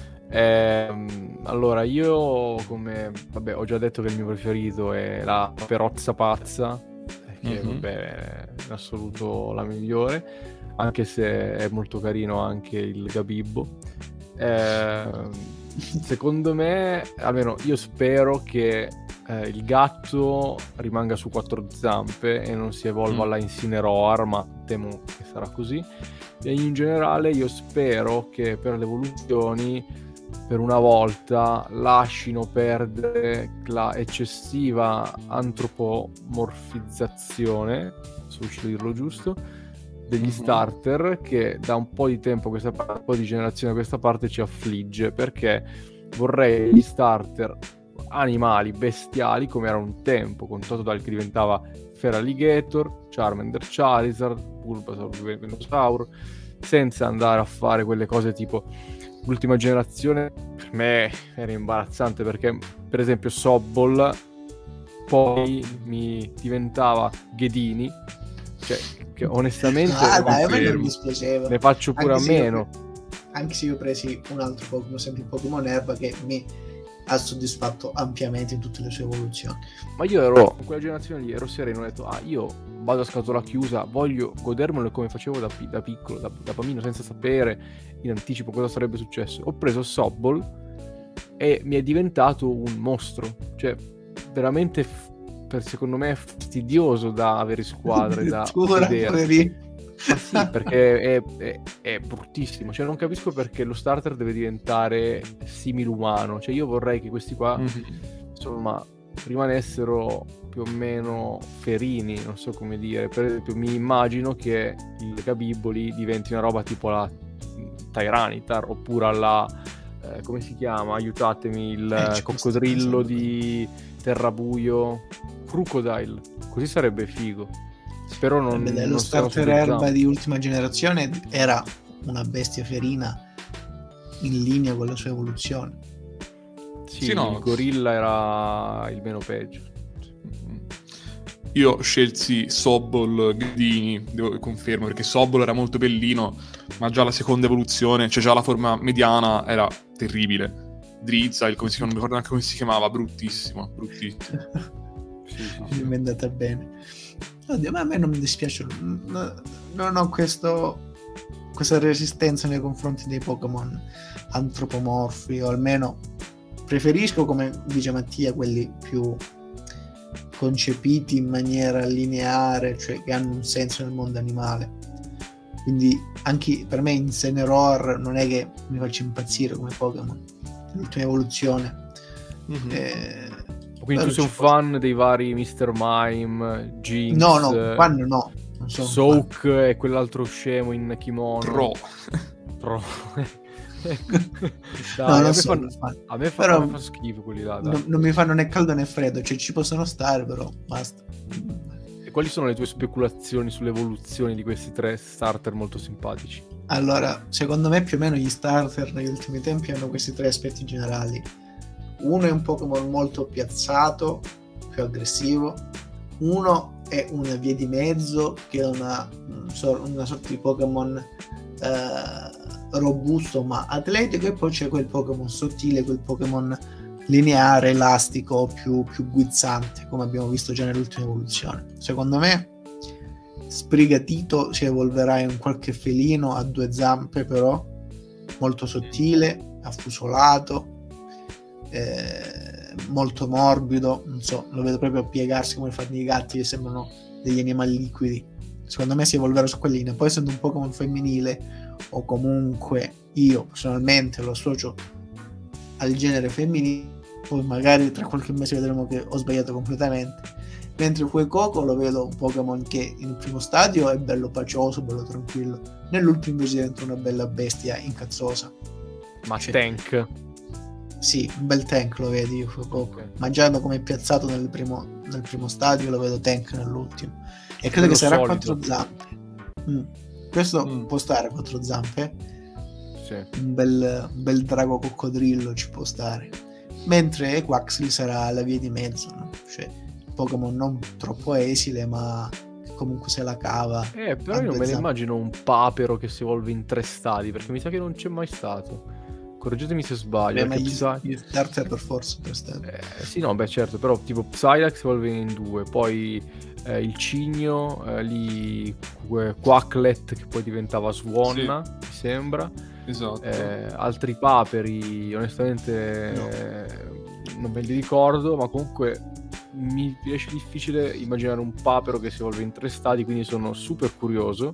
Ehm, allora, io come... Vabbè, ho già detto che il mio preferito è la Paperozza Pazza, che Mhm. vabbè, è in assoluto la migliore, anche se è molto carino anche il Gabibbo. Ehm, secondo me, almeno io spero che eh, il gatto rimanga su quattro zampe e non si evolva Mm. alla Incineroar, ma temo che sarà così. E in generale io spero che per le evoluzioni, per una volta, lasciino perdere la eccessiva antropomorfizzazione, se riuscito a dirlo giusto, degli Mhm. starter, che da un po' di tempo, questa parte, un po' di generazione a questa parte ci affligge, perché vorrei gli starter animali, bestiali, come era un tempo, con Totodile che diventava Feraligator, Charmander Charizard, Bulbasaur Venusaur, senza andare a fare quelle cose tipo l'ultima generazione. Per me era imbarazzante, perché per esempio Sobol poi mi diventava Ghedini, cioè che onestamente Ah, ne dai, a me non confermo. mi spiaceva. Ne faccio pure Anche a se io- meno. Anche se io ho presi un altro Pokémon, sempre il Pokémon Erba, che mi ha soddisfatto ampiamente in tutte le sue evoluzioni. Ma io ero, in quella generazione lì, ero sereno, ho detto, ah, io vado a scatola chiusa, voglio godermelo come facevo da, pi- da piccolo, da, da bambino, senza sapere in anticipo cosa sarebbe successo. Ho preso Sobol e mi è diventato un mostro, cioè veramente, f- per, secondo me, è fastidioso da avere in squadra e da Addirittura, vedere. poverino. Ma sì, perché è, è, è bruttissimo, cioè non capisco perché lo starter deve diventare similumano, cioè io vorrei che questi qua Mhm. insomma rimanessero più o meno ferini, non so come dire. Per esempio mi immagino che il Gabiboli diventi una roba tipo la Tyranitar, oppure alla eh, come si chiama, aiutatemi, il Eh, ci coccodrillo sta di Terrabuio, Crocodile, così sarebbe figo. Spero non, Vabbè, dai, non lo siano starter su due erba zampe. di ultima generazione era una bestia ferina in linea con la sua evoluzione. Sì, Sì, no. il gorilla era il meno peggio. Io scelsi Sobol Ghidini, devo confermo, perché Sobol era molto bellino, ma già la seconda evoluzione, cioè già la forma mediana era terribile. Drizza, il come si chiama, non mi ricordo neanche come si chiamava, bruttissimo, bruttissimo. Sì, sì, Non sì. mi è andata bene. Oddio, ma a me non mi dispiace, no- non ho questo, questa resistenza nei confronti dei Pokémon antropomorfi, o almeno preferisco, come dice Mattia, quelli più concepiti in maniera lineare, cioè che hanno un senso nel mondo animale. Quindi anche per me Incineroar non è che mi faccia impazzire come Pokémon, l'ultima evoluzione. Mhm. Eh, Quindi tu però sei un ci posso- fan dei vari mister Mime, Jinx, No, no, fan no, non sono un fan. Soak e quell'altro scemo in kimono. Tro. Tro. Dai, No, a, non me sono fanno- un fan. a me fa, Però a me fa schifo quelli là, dai. non, non mi fanno né caldo né freddo, cioè ci possono stare, però basta. E quali sono le tue speculazioni sulle evoluzioni di questi tre starter molto simpatici? Allora, secondo me più o meno gli starter negli ultimi tempi hanno questi tre aspetti generali. Uno è un Pokémon molto piazzato, più aggressivo. Uno è una via di mezzo, che è una, una sorta di Pokémon eh, robusto ma atletico, e poi c'è quel Pokémon sottile, quel Pokémon lineare, elastico, più, più guizzante, come abbiamo visto già nell'ultima evoluzione. Secondo me Sprigatito si evolverà in qualche felino a due zampe, però molto sottile, affusolato, eh, molto morbido, non so, lo vedo proprio piegarsi come fanno i gatti, che sembrano degli animali liquidi. Secondo me si evolverà su quella linea. Poi, essendo un Pokémon femminile, o comunque io personalmente lo associo al genere femminile, poi magari tra qualche mese vedremo che ho sbagliato completamente. Mentre Fuecoco lo vedo un Pokémon che in primo stadio è bello pacioso, bello tranquillo, nell'ultimo invece diventa una bella bestia incazzosa. Ma Cioè, tank. Sì, un bel tank lo vedi io, Fuecoco. Ok. Ma già da come è piazzato nel primo, nel primo stadio lo vedo tank nell'ultimo. E credo Bello che sarà a solido. quattro zampe. Mm. Questo Mm. può stare a quattro zampe. Sì. Un bel, un bel drago coccodrillo ci può stare. Mentre Quaxly sarà la via di mezzo, no? Cioè Pokémon non troppo esile, ma che comunque se la cava. Eh, però a io non due me ne zampe. immagino un papero che si evolve in tre stadi, perché mi sa che non c'è mai stato. Correggetemi se sbaglio. Beh, ma perché gli, Psy- gli starter per forza per stare. Eh, sì, no, beh, certo, però tipo Psylocke si evolve in due, poi eh, il cigno, eh, lì que- Quacklet che poi diventava Swanna, mi sembra. Esatto. Eh, altri paperi, onestamente, No. eh, non me li ricordo, ma comunque mi riesce difficile immaginare un papero che si evolve in tre stadi, quindi sono super curioso.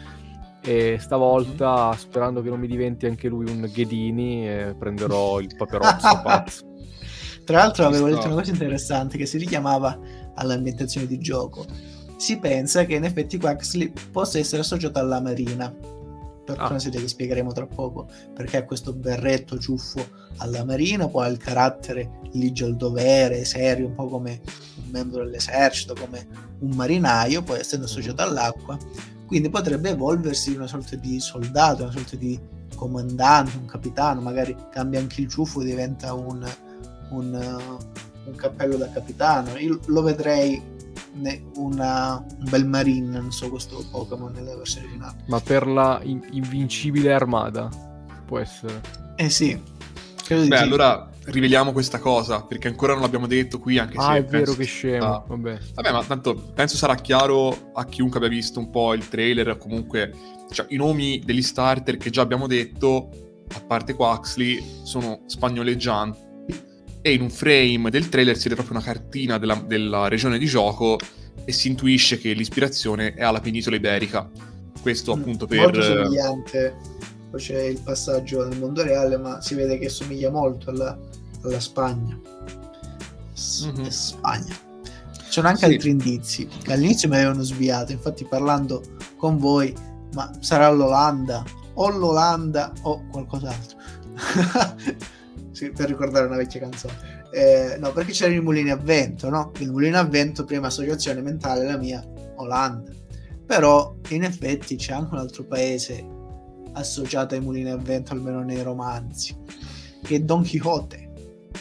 E stavolta, Mhm. sperando che non mi diventi anche lui un Ghedini, eh, prenderò il paperozzo pazzo. Tra l'altro Ci avevo sta. letto una cosa interessante che si richiamava all'ambientazione di gioco. Si pensa che in effetti Quaxly possa essere associato alla marina, per Ah. una serie che spiegheremo tra poco, perché ha questo berretto ciuffo alla marina, poi ha il carattere ligio al dovere, serio, un po' come un membro dell'esercito, come un marinaio, poi essendo associato all'acqua, quindi potrebbe evolversi in una sorta di soldato, una sorta di comandante, un capitano, magari cambia anche il ciuffo, diventa un, un, uh, un cappello da capitano. Io lo vedrei ne- una, un bel marine, non so, questo Pokémon nella versione finale. Ma per la in- invincibile armata può essere. Eh sì, credo di Beh, sì. allora riveliamo questa cosa, perché ancora non l'abbiamo detto qui, anche se Ah, è penso vero, che sia- scemo. Vabbè. Vabbè, ma tanto penso sarà chiaro a chiunque abbia visto un po' il trailer, o comunque, cioè, i nomi degli starter che già abbiamo detto, a parte Quaxly, sono spagnoleggianti, e in un frame del trailer si vede proprio una cartina della, della regione di gioco e si intuisce che l'ispirazione è alla penisola iberica. Questo appunto per... Molto somigliante, poi c'è il passaggio nel mondo reale, ma si vede che somiglia molto alla, alla Spagna. S- Mhm. Spagna. Ci sono anche Sì. altri indizi che all'inizio mi avevano sviato, infatti parlando con voi, ma sarà l'Olanda o l'Olanda o qualcos'altro. Sì, per ricordare una vecchia canzone. Eh, no, perché c'erano i mulini a vento, no? Il mulino a vento, prima associazione mentale, la mia, Olanda. Però in effetti c'è anche un altro paese associato ai mulini a vento, almeno nei romanzi, che è Don Quixote.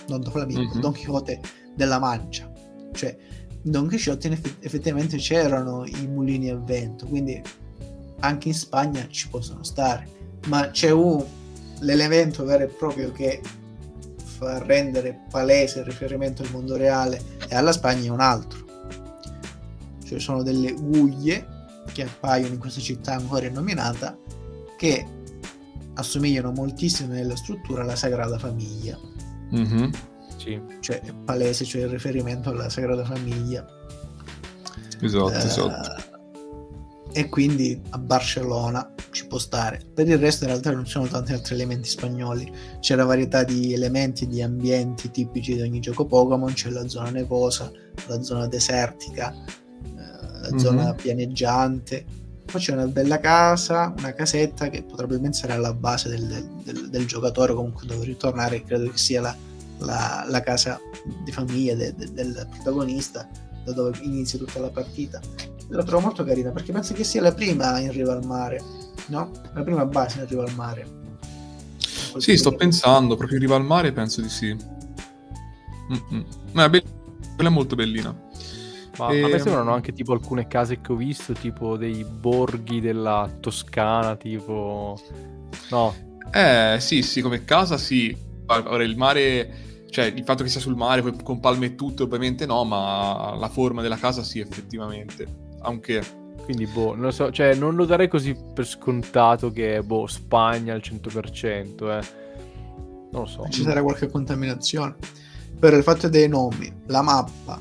non Don Flamingo, Mhm. Don Quixote della Mancia. Cioè, in Don Quixote in eff- effettivamente c'erano i mulini a vento, quindi anche in Spagna ci possono stare, ma c'è un l'elemento vero e proprio che fa rendere palese il riferimento al mondo reale e alla Spagna è un altro. Cioè sono delle guglie che appaiono in questa città ancora innominata, che assomigliano moltissimo nella struttura alla Sagrada Famiglia. Mhm. Sì. Cioè è palese, cioè il riferimento alla Sagrada Famiglia. Esatto, Eh, esatto. E quindi a Barcellona ci può stare. Per il resto in realtà non ci sono tanti altri elementi spagnoli, c'è la varietà di elementi, di ambienti tipici di ogni gioco Pokémon, c'è la zona nevosa, la zona desertica, eh, la Mhm. zona pianeggiante, poi c'è una bella casa, una casetta che probabilmente sarà la base del, del- del- del giocatore, comunque dove ritornare, credo che sia la, la- la casa di famiglia de- de- del protagonista, da dove inizia tutta la partita. La trovo molto carina perché penso che sia la prima in riva al mare, no? La prima base in riva al mare. Sì, sto pensando, proprio in riva al mare, penso di sì. Mm-mm. No, è be- quella è molto bellina. Ma a Ehm, me sembrano anche tipo alcune case che ho visto, tipo dei borghi della Toscana, tipo... No, Eh, sì, sì, come casa sì. Ora il mare, cioè il fatto che sia sul mare poi con palme e tutto, ovviamente no, ma la forma della casa sì, effettivamente. Anche quindi boh, non lo so, cioè non lo darei così per scontato che boh, Spagna al cento per cento, eh. Non lo so. Ci sarà qualche contaminazione. Per il fatto dei nomi, la mappa,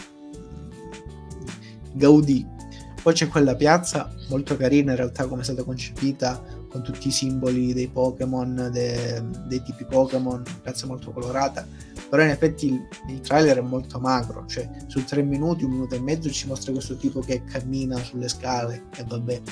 Gaudì. Poi c'è quella piazza molto carina in realtà come è stata concepita, con tutti i simboli dei Pokémon, de- dei tipi Pokémon, piazza molto colorata, però in effetti il, il trailer è molto magro, cioè su tre minuti, un minuto e mezzo ci mostra questo tipo che cammina sulle scale e vabbè.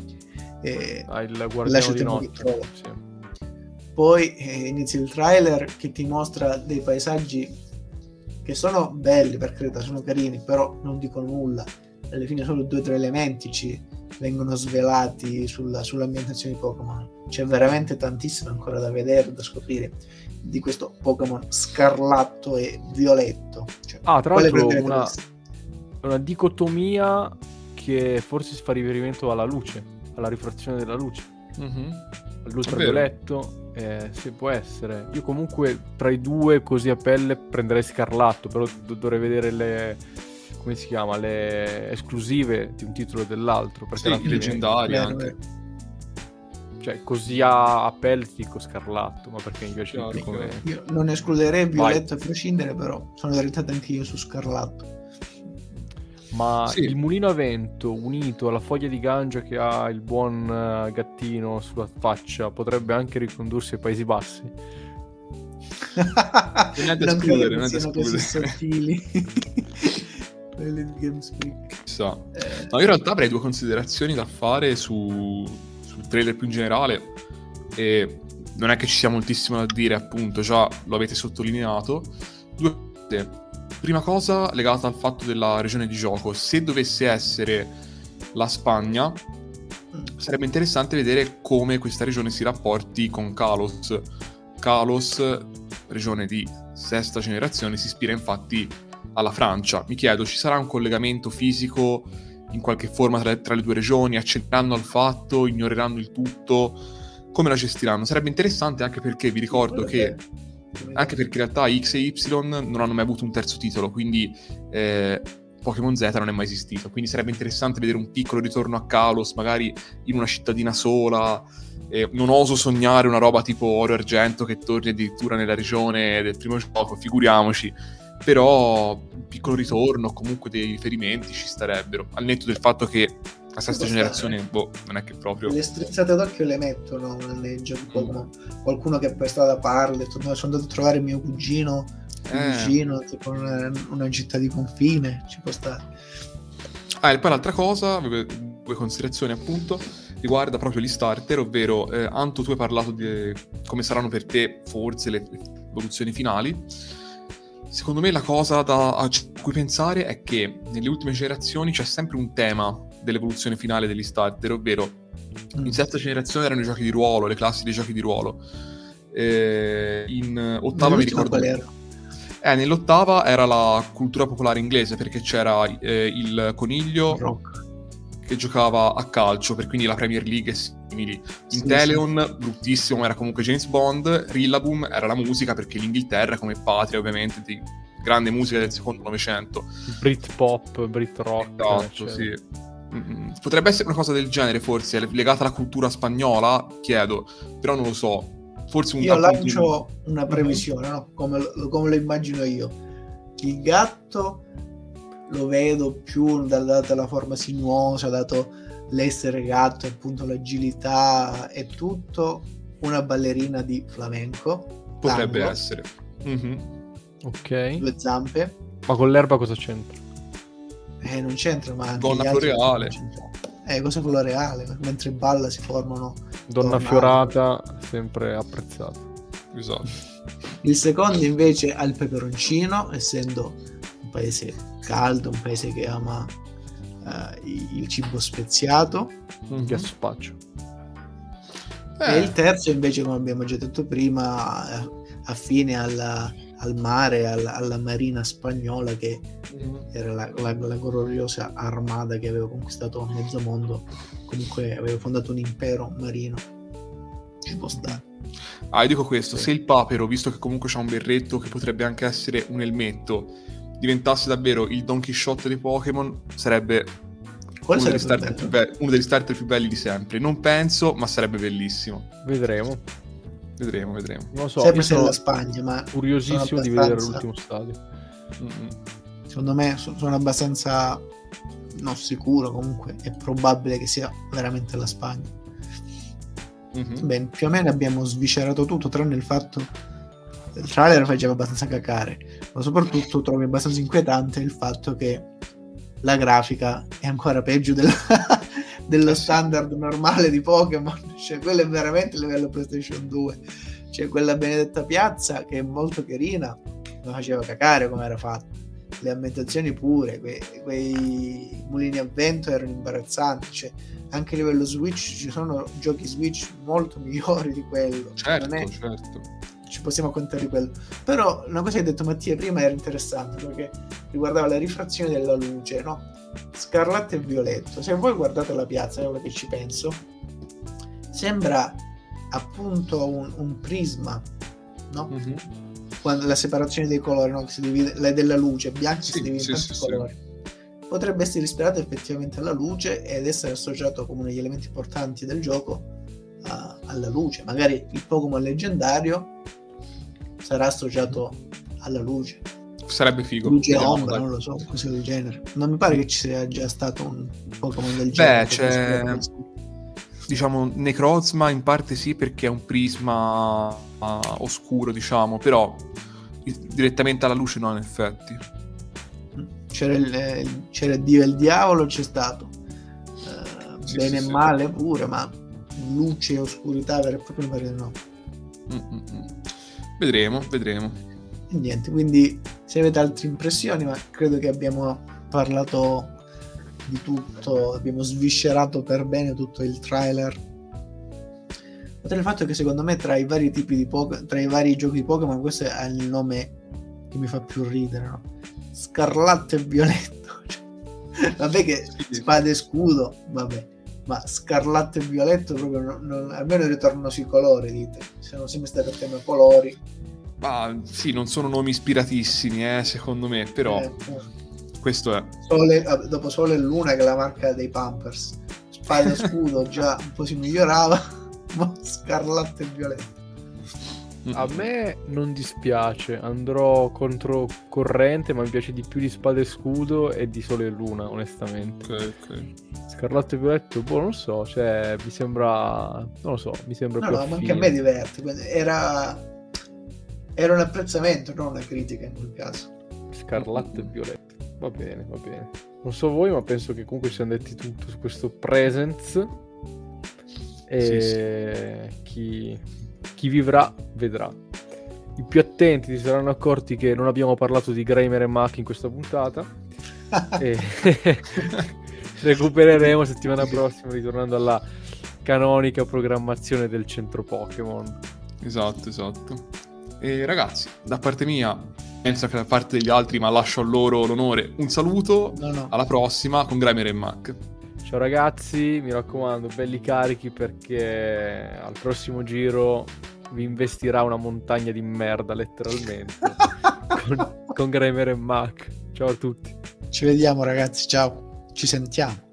E Ah, il lascia guardiano il di tempo che notte. trova. Sì. Poi eh, inizia il trailer che ti mostra dei paesaggi che sono belli, per carità, sono carini, però non dicono nulla. Alla fine solo due o tre elementi ci vengono svelati sulla, sull'ambientazione di Pokémon. C'è veramente tantissimo ancora da vedere, da scoprire di questo Pokémon scarlatto e violetto. Cioè, Ah, tra quale l'altro prenderete una, queste? una dicotomia che forse si fa riferimento alla luce, alla rifrazione della luce, Mhm. all'ultravioletto, eh, se può essere. Io comunque tra i due così a pelle prenderei Scarlatto, però do- dovrei vedere le, come si chiama, le esclusive di un titolo e dell'altro, perché Sì, alla i fine, leggendari Vero, anche. vero. cioè così a, a pelle ti dico Scarlatto, ma perché mi piace Chiaro, di più come... Io non escluderei violetto a prescindere, però sono orientato anche io su scarlatto. Ma Sì. il mulino a vento unito alla foglia di ganja che ha il buon eh, gattino sulla faccia potrebbe anche ricondursi ai Paesi Bassi. Non è da non escludere, credo non è che da siano così escludere. sottili. Quelli di GameSpeak. Chissà. Eh, No, io in realtà avrei due considerazioni da fare su, sul trailer più in generale. E non è che ci sia moltissimo da dire, appunto, già lo avete sottolineato. Due cose. Prima cosa legata al fatto della regione di gioco. Se dovesse essere la Spagna, sarebbe interessante vedere come questa regione si rapporti con Kalos. Kalos, regione di sesta generazione, si ispira infatti alla Francia. Mi chiedo, ci sarà un collegamento fisico in qualche forma tra, tra le due regioni? Accenneranno al fatto? Ignoreranno il tutto? Come la gestiranno? Sarebbe interessante anche perché vi ricordo che anche perché in realtà X e Y non hanno mai avuto un terzo titolo, quindi eh, Pokémon Z non è mai esistito, quindi sarebbe interessante vedere un piccolo ritorno a Kalos, magari in una cittadina sola. Eh, non oso sognare una roba tipo Oro e Argento che torni addirittura nella regione del primo gioco, figuriamoci, però un piccolo ritorno, comunque dei riferimenti ci starebbero, al netto del fatto che la sesta generazione, boh, non è che proprio... Le strizzate d'occhio le mettono nei giochi Pokémon. Qualcuno che per strada parla, ha detto, no, sono andato a trovare mio cugino Eh. vicino, tipo una, una città di confine, ci può stare. Ah, e poi l'altra cosa, due considerazioni appunto, riguarda proprio gli starter, ovvero eh, Anto, tu hai parlato di come saranno per te forse le evoluzioni finali. Secondo me la cosa da, a cui pensare è che nelle ultime generazioni c'è sempre un tema dell'evoluzione finale degli starter, ovvero in sesta generazione erano i giochi di ruolo, le classi dei giochi di ruolo. Eh, in ottava mi Nell'ultima ricordo... qual era? Eh, nell'ottava era la cultura popolare inglese, perché c'era eh, il coniglio Rock. che giocava a calcio, per quindi la Premier League e simili. In Sì, Teleon, sì. bruttissimo, era comunque James Bond. Rillaboom era la musica, perché l'Inghilterra, come patria ovviamente di grande musica del secondo Novecento. Britpop, Britrock. Esatto, sì. Mm-mm. Potrebbe essere una cosa del genere, forse, legata alla cultura spagnola, chiedo, però non lo so. Forse un io appunto... lancio una previsione, no? come, lo, come lo immagino io. Il gatto lo vedo più data la forma sinuosa, dato l'essere gatto, appunto l'agilità e tutto, una ballerina di flamenco. Potrebbe tango, essere. Mm-hmm. Ok. Due zampe. Ma con l'erba cosa c'entra? Eh, non c'entra, ma anche Donna gli altri floreale. Eh, cosa floreale? Mentre balla si formano... Donna tornado. fiorata, sempre apprezzata. Esatto. Il secondo invece ha il peperoncino, essendo un paese caldo, un paese che ama uh, il cibo speziato. Un ghiaccio. Eh. E il terzo invece, come abbiamo già detto prima, eh, affine alla, al mare, alla, alla marina spagnola, che era la, la, la gloriosa armada che aveva conquistato mezzo mondo, comunque aveva fondato un impero marino. Ci può stare. Ah, io dico questo, Sì. se il papero, visto che comunque c'ha un berretto che potrebbe anche essere un elmetto, diventasse davvero il Don Quixote dei Pokémon, sarebbe Quale uno degli, sarebbe starter bello? più be- uno degli starter più belli di sempre. Non penso, ma sarebbe bellissimo. Vedremo. Vedremo, vedremo. Non lo so, Sempre io se è sono la Spagna, ma curiosissimo sono di vedere abbastanza- l'ultimo stadio. Mm-mm. secondo me so- sono abbastanza non sicuro, comunque è probabile che sia veramente la Spagna. Mhm. Bene, più o meno abbiamo sviscerato tutto, tranne il fatto il trailer faceva abbastanza cacare, ma soprattutto trovi abbastanza inquietante il fatto che la grafica è ancora peggio del- dello Eh sì. standard normale di Pokémon, cioè quello è veramente livello PlayStation due, cioè quella benedetta piazza che è molto carina, ma faceva cacare come era fatta, le ambientazioni pure, quei, quei mulini a vento erano imbarazzanti, cioè anche a livello Switch ci sono giochi Switch molto migliori di quello. Certo, Non è- certo. ci possiamo contare di quello. Però una cosa che hai detto Mattia prima era interessante, perché riguardava la rifrazione della luce, no? Scarlatto e violetto. Se voi guardate la piazza, è ora che ci penso, sembra appunto un, un prisma, no? Mhm. Quando la separazione dei colori, no? Che si divide, la della luce, bianco Sì, si divide sì, in tanti sì, sì. colori. Potrebbe essere ispirato effettivamente alla luce ed essere associato come uno degli elementi importanti del gioco a- alla luce. Magari il Pokémon leggendario sarà associato alla luce. Sarebbe figo. Luce e Vediamo, ombra, dai. non lo so, cose del genere. Non mi pare che ci sia già stato un Pokémon del Beh, genere. c'è, diciamo, Necrozma in parte sì, perché è un prisma ah, oscuro, diciamo, però i- direttamente alla luce no, in effetti. C'era il, c'era il Dio e il Diavolo, c'è stato eh, Sì, bene sì, e sì. male pure, ma luce e oscurità vera e propria mi pare di no. Mm-mm. Vedremo, vedremo. E niente, quindi se avete altre impressioni, ma credo che abbiamo parlato di tutto, abbiamo sviscerato per bene tutto il trailer. Oltre al fatto che secondo me tra i vari tipi di Pokémon, tra i vari giochi di Pokémon, questo è il nome che mi fa più ridere, no? Scarlatto e violetto. Cioè, vabbè che Sì. spada e scudo, vabbè, ma scarlatto e violetto proprio non, non- almeno ritornano sui colori, dite. Sono sempre stati a tema colori. Ma sì, non sono nomi ispiratissimi, eh, secondo me, però Eh, questo è. Sole, vabbè, dopo Sole e Luna, che è la marca dei Pampers, spada e scudo già un po' si migliorava, ma scarlatto e violetto. A me non dispiace, andrò controcorrente, ma mi piace di più di Spada e Scudo e di Sole e Luna, onestamente. Ok, ok. Scarlatto e Violetto, boh, non so, cioè, mi sembra, non lo so, mi sembra No, più no, ma affine. anche a me diverte. quindi Era, era un apprezzamento, non una critica in quel caso. Scarlatto e Violetto, va bene, va bene. Non so voi, ma penso che comunque ci siamo detti tutto su questo Presence. E chi, chi vivrà vedrà. I più attenti si saranno accorti che non abbiamo parlato di Grimer e Mac in questa puntata. E recupereremo settimana prossima, ritornando alla canonica programmazione del centro Pokémon. Esatto, esatto. E ragazzi, da parte mia da parte degli altri, ma lascio a loro l'onore. Un saluto, No, no. alla prossima con Grimer e Mac. Ciao ragazzi, mi raccomando, belli carichi perché al prossimo giro vi investirà una montagna di merda letteralmente con, con Grimer e Mac. Ciao a tutti. Ci vediamo ragazzi, ciao. Ci sentiamo.